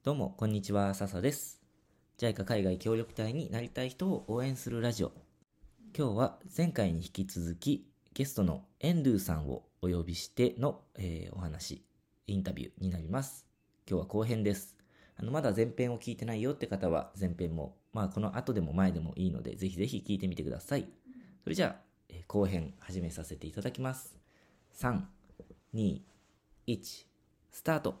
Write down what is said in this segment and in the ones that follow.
どうも、こんにちは、笹です。JICA 海外協力隊になりたい人を応援するラジオ。今日は前回に引き続き、ゲストのエンドゥさんをお呼びしての、お話、インタビューになります。今日は後編です。まだ前編を聞いてないよって方は、前編も、この後でも前でもいいので、ぜひぜひ聞いてみてください。それじゃあ、後編始めさせていただきます。3、2、1、スタート。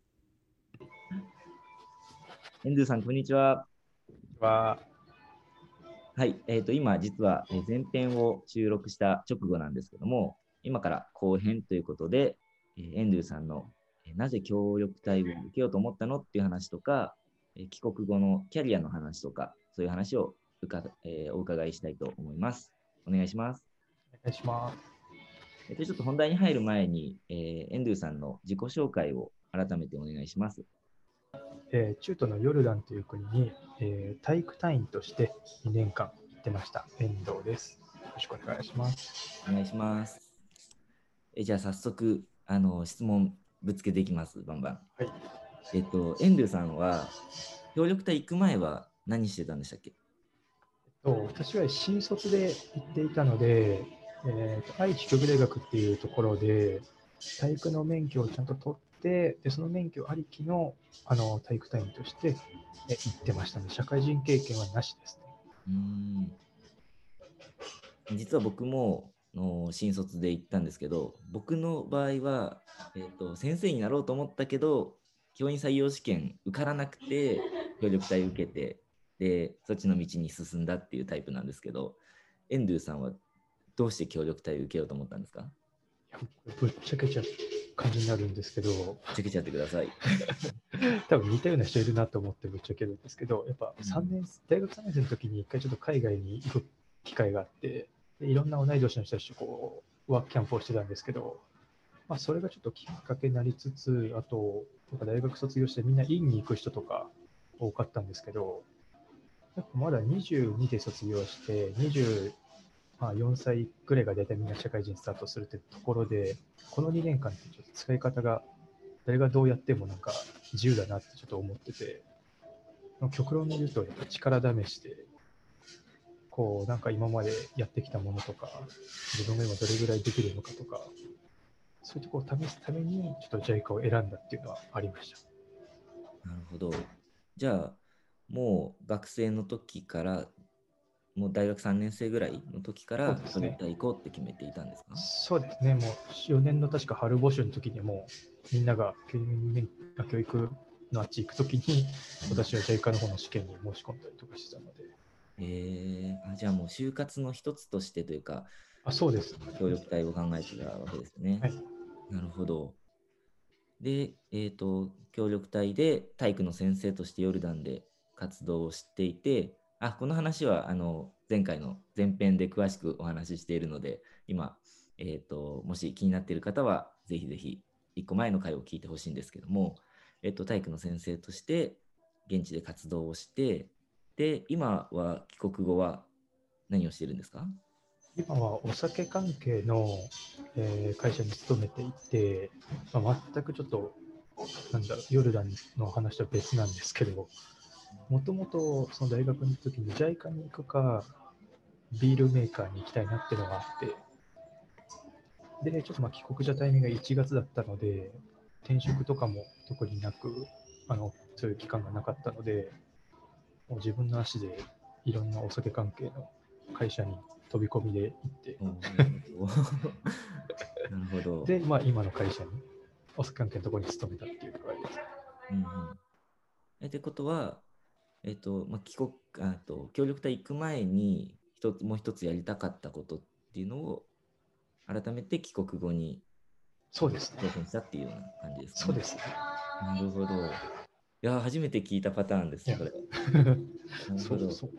エンドゥさん、こんにちは。 は、 はい、今実は前編を収録した直後なんですけども、今から後編ということで、エンドゥさんのなぜ協力隊を受けようと思ったのっていう話とか、帰国後のキャリアの話とか、そういう話をお伺いしたいと思います。お願いします。 お願いします。 ちょっと本題に入る前に、エンドゥさんの自己紹介を改めてお願いします。 中東のヨルダンという国に、体育隊員として2年間行ってました。遠藤です。よろしくお願いします。 お願いします。じゃあ早速、質問ぶつけていきます、バンバン。 はい。 エンドゥさんは、協力隊行く前は何してたんでしたっけ？ 私は新卒で行っていたので、愛知教育大学っていうところで、体育の免許をちゃんと取って、でその免許ありきの、体育隊員として行ってましたので、社会人経験はなしですね。 実は僕も新卒で行ったんですけど、僕の場合は、先生になろうと思ったけど、教員採用試験受からなくて、協力隊受けて、で、そっちの道に進んだっていうタイプなんですけど、エンドゥさんはどうして協力隊受けようと思ったんですか？ ぶっちゃけちゃう感じになるんですけど、 チェけちゃってください。 多分似たような人いるなと思ってぶっちゃけるんですけど、やっぱ大学3年生の時に一回ちょっと海外に行く機会があって、でいろんな同い年の人たちとこうワークキャンプをしてたんですけど、それがちょっときっかけになりつつ、あと、大学卒業してみんな院に行く人とか多かったんですけど、やっぱまだ22で卒業して、24歳ぐらいが大体みんな社会人スタートするってところで、この2年間ってちょっと使い方が誰がどうやってもなんか自由だなってちょっと思ってて、極論で言うとやっぱ力試して、こうなんか今までやってきたものとか、自分が今どれぐらいできるのかとか、そういうところを試すためにちょっと JICA を選んだっていうのはありました。 なるほど。じゃあ、もう学生の時から、もう大学3年生ぐらいの時から協力隊行こうって決めていたんですか？ そうですね、もう4年の確か春募集の時にもうみんなが教育のあっち行く時に私は JICA の方の試験に申し込んだりとかしてたので。 じゃあもう就活の一つとしてというか、 そうです。 協力隊を考えてたわけですね。 はい。 なるほど。で、協力隊で体育の先生としてヨルダンで活動をしていて、この話は前回の前編で詳しくお話ししているので、今、もし気になっている方は、ぜひぜひ1個前の回を聞いてほしいんですけども、体育の先生として現地で活動をして、で、今は帰国後は何をしているんですか？ 今はお酒関係の、会社に勤めていて、全くちょっとヨルダンの話とは別なんですけど、もともとその大学の時に JICA に行くか、ビールメーカーに行きたいなっていうのがあって、で、ちょっと帰国したタイミングが1月だったので、転職とかも特になく、そういう期間がなかったので、もう自分の足でいろんなお酒関係の会社に飛び込みで行って、 なるほど。 で、今の会社に、お酒関係のところに勤めたっていうのがあります。 ってことは、帰国協力隊行く前にもう一つやりたかったことっていうのを改めて帰国後にそうですね。 挑戦したっていうような感じですかね。 そうですね。 なるほど。いや、初めて聞いたパターンです、それ。なるほど。 そう。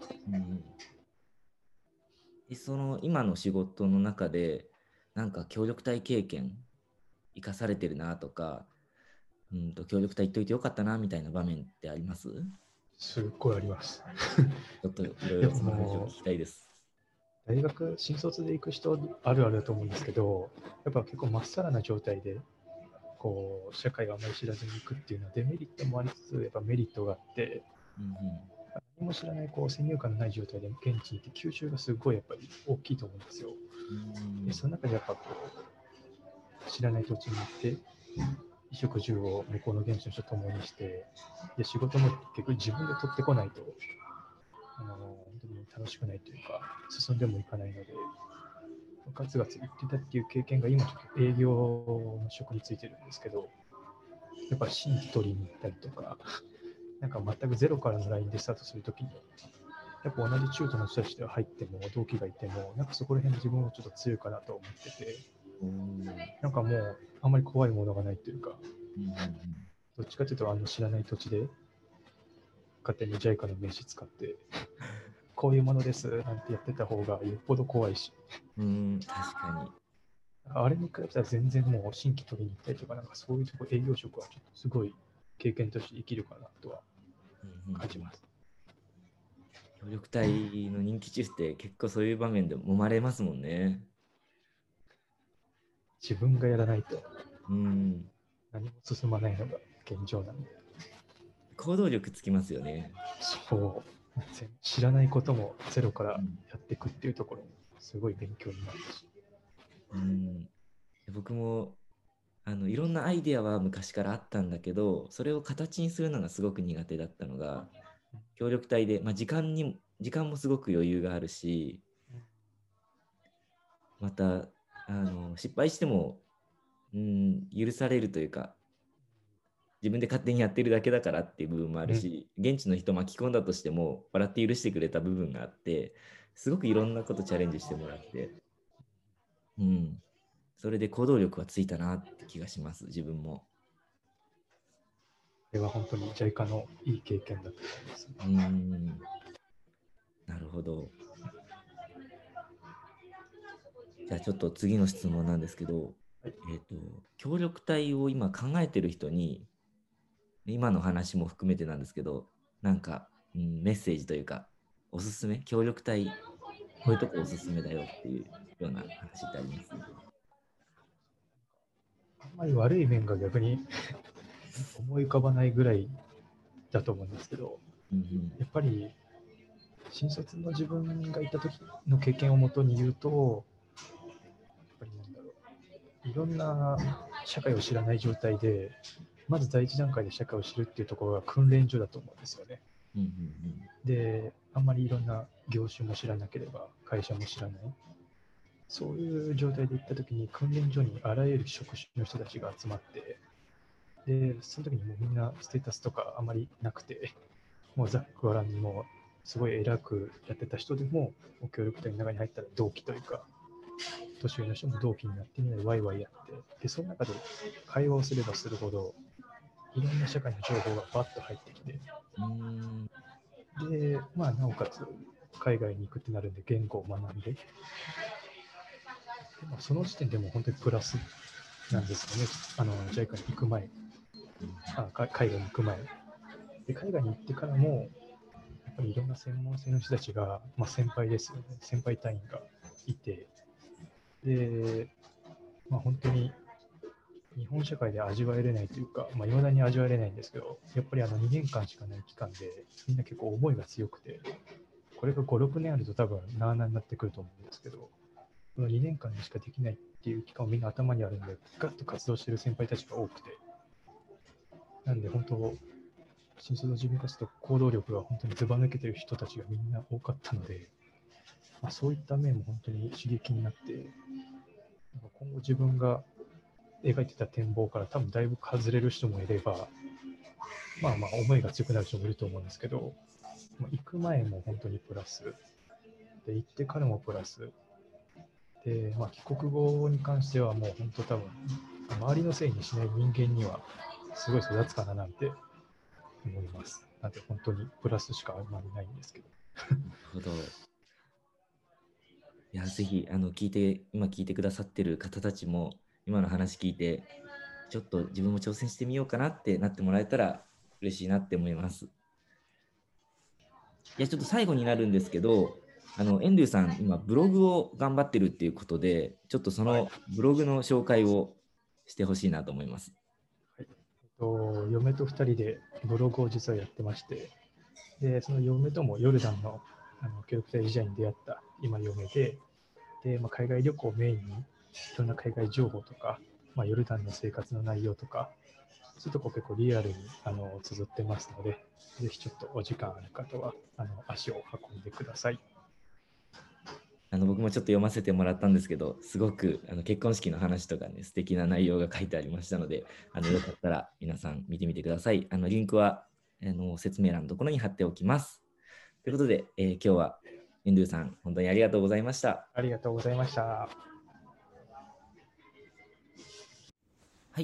で、その今の仕事の中で、なんか協力隊経験生かされてるなとか、協力隊行っといてよかったなみたいな場面ってあります？ すっごいあります。 ちょっといろいろその話を聞きたいです。 大学、新卒で行く人あるあるだと思うんですけど、やっぱ結構まっさらな状態でこう社会をあまり知らずに行くっていうのはデメリットもありつつ、やっぱメリットがあって、何も知らないこう先入観のない状態で現地に行って吸収がすごいやっぱり大きいと思うんですよ。でその中でやっぱこう知らない土地に行って衣食住を向こうの現地の人と共にして、で仕事も結局自分で取ってこないと本当に楽しくないというか進んでもいかないので、ガツガツ言ってたっていう経験が今ちょっと営業の職についてるんですけど、やっぱ新規取りに行ったりとか、なんか全くゼロからのラインでスタートするときに、やっぱ同じ中途の人たちで入っても同期がいても、なんかそこら辺自分はちょっと強いかなと思ってて、なんかもうあんまり怖いものがないというか、どっちかというと知らない土地で勝手に JICA の名刺使ってこういうものですなんてやってた方がよっぽど怖いし、 確かあれに比べたら全然もう新規取りに行ったりとか、なんかそういうとこ営業職はちょっとすごい経験として生きるかなとは感じます。 協力隊の人気中って結構そういう場面で揉まれますもんね。 自分がやらないと何も進まないのが現状なんで。 行動力つきますよね。 そう。知らないこともゼロからやっていくっていうところもすごい勉強になるし。 僕もいろんなアイデアは昔からあったんだけど、それを形にするのがすごく苦手だったのが、協力隊で、時間もすごく余裕があるし、また失敗しても許されるというか、自分で勝手にやってるだけだからっていう部分もあるし、現地の人巻き込んだとしても笑って許してくれた部分があって、すごくいろんなことチャレンジしてもらって、それで行動力はついたなって気がします、自分も。 これは本当に JICA のいい経験だと思います。 なるほど。じゃあちょっと次の質問なんですけど、協力隊を今考えてる人に、今の話も含めてなんですけど、なんか、メッセージというか、おすすめ、協力隊、こういうとこおすすめだよっていうような話ってあります？ あんまり悪い面が逆に思い浮かばないぐらいだと思うんですけど、やっぱり新卒の自分がいた時の経験をもとに言うと、やっぱりなんだろう、いろんな社会を知らない状態で、まず第一段階で社会を知るっていうところが訓練所だと思うんですよね。で、あんまりいろんな業種も知らなければ、会社も知らない。そういう状態で行ったときに、訓練所にあらゆる職種の人たちが集まって、で、その時にもうみんなステータスとかあまりなくて、もうざっくばらんにもすごい偉くやってた人でも、協力隊の中に入ったら同期というか、年上の人も同期になってみんなでワイワイやって、で、その中で会話をすればするほど、いろんな社会の情報がバッと入ってきて、で、なおかつ海外に行くってなるんで言語を学んで、でもその時点でも本当にプラスなんですよね。JICA に行く前、海外に行く前。で、海外に行ってからも、やっぱりいろんな専門性の人たちが、先輩ですよね。先輩隊員がいて、で、本当に日本社会で味わえれないというか、いまだに味わえれないんですけど、やっぱり2年間しかない期間で、みんな結構思いが強くて、これが5、6年あると多分なあなあになってくると思うんですけど、この2年間にしかできないっていう期間をみんな頭にあるんで、ガッと活動している先輩たちが多くて、なんで本当、新卒の自分たちと行動力が本当にずば抜けてる人たちがみんな多かったので、そういった面も本当に刺激になって、今後自分が描いてた展望から多分だいぶ外れる人もいれば、思いが強くなる人もいると思うんですけど、行く前も本当にプラス、で行ってからもプラス、で、帰国後に関してはもう本当多分、周りのせいにしない人間にはすごい育つかななんて思います。なんで本当にプラスしかあんまりないんですけど。 なるほど。いや、ぜひ今聞いてくださってる方たちも、今の話聞いて、ちょっと自分も挑戦してみようかなってなってもらえたら嬉しいなって思います。いや、ちょっと最後になるんですけど、エンドゥさん、今、ブログを頑張ってるっていうことで、ちょっとそのブログの紹介をしてほしいなと思います。 嫁と2人でブログを実はやってまして、で、その嫁ともヨルダンの協力隊時代に出会った今嫁で、海外旅行をメインにいろんな海外情報とか、ヨルダンの生活の内容とか、そういうとこ結構リアルに綴ってますので、ぜひちょっとお時間ある方は足を運んでください。 僕もちょっと読ませてもらったんですけど、すごく結婚式の話とかね、素敵な内容が書いてありましたので、よかったら皆さん見てみてください。リンクは説明欄のところに貼っておきます。ということで、今日はエンドゥさん、本当にありがとうございました。 ありがとうございました。 はい、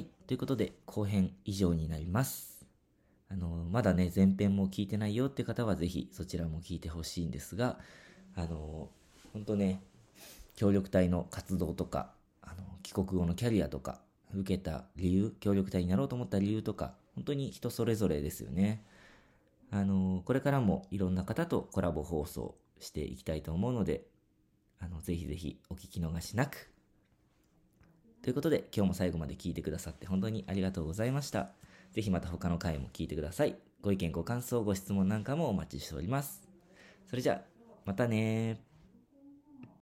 ということで、後編以上になります。まだね、前編も聞いてないよって方は、ぜひそちらも聞いてほしいんですが、本当ね、協力隊の活動とか、帰国後のキャリアとか、受けた理由、協力隊になろうと思った理由とか、本当に人それぞれですよね。これからもいろんな方とコラボ放送していきたいと思うので、ぜひぜひお聞き逃しなく。ということで、今日も最後まで聞いてくださって本当にありがとうございました。ぜひまた他の回も聞いてください。ご意見、ご感想、ご質問なんかもお待ちしております。それじゃあ、またねー。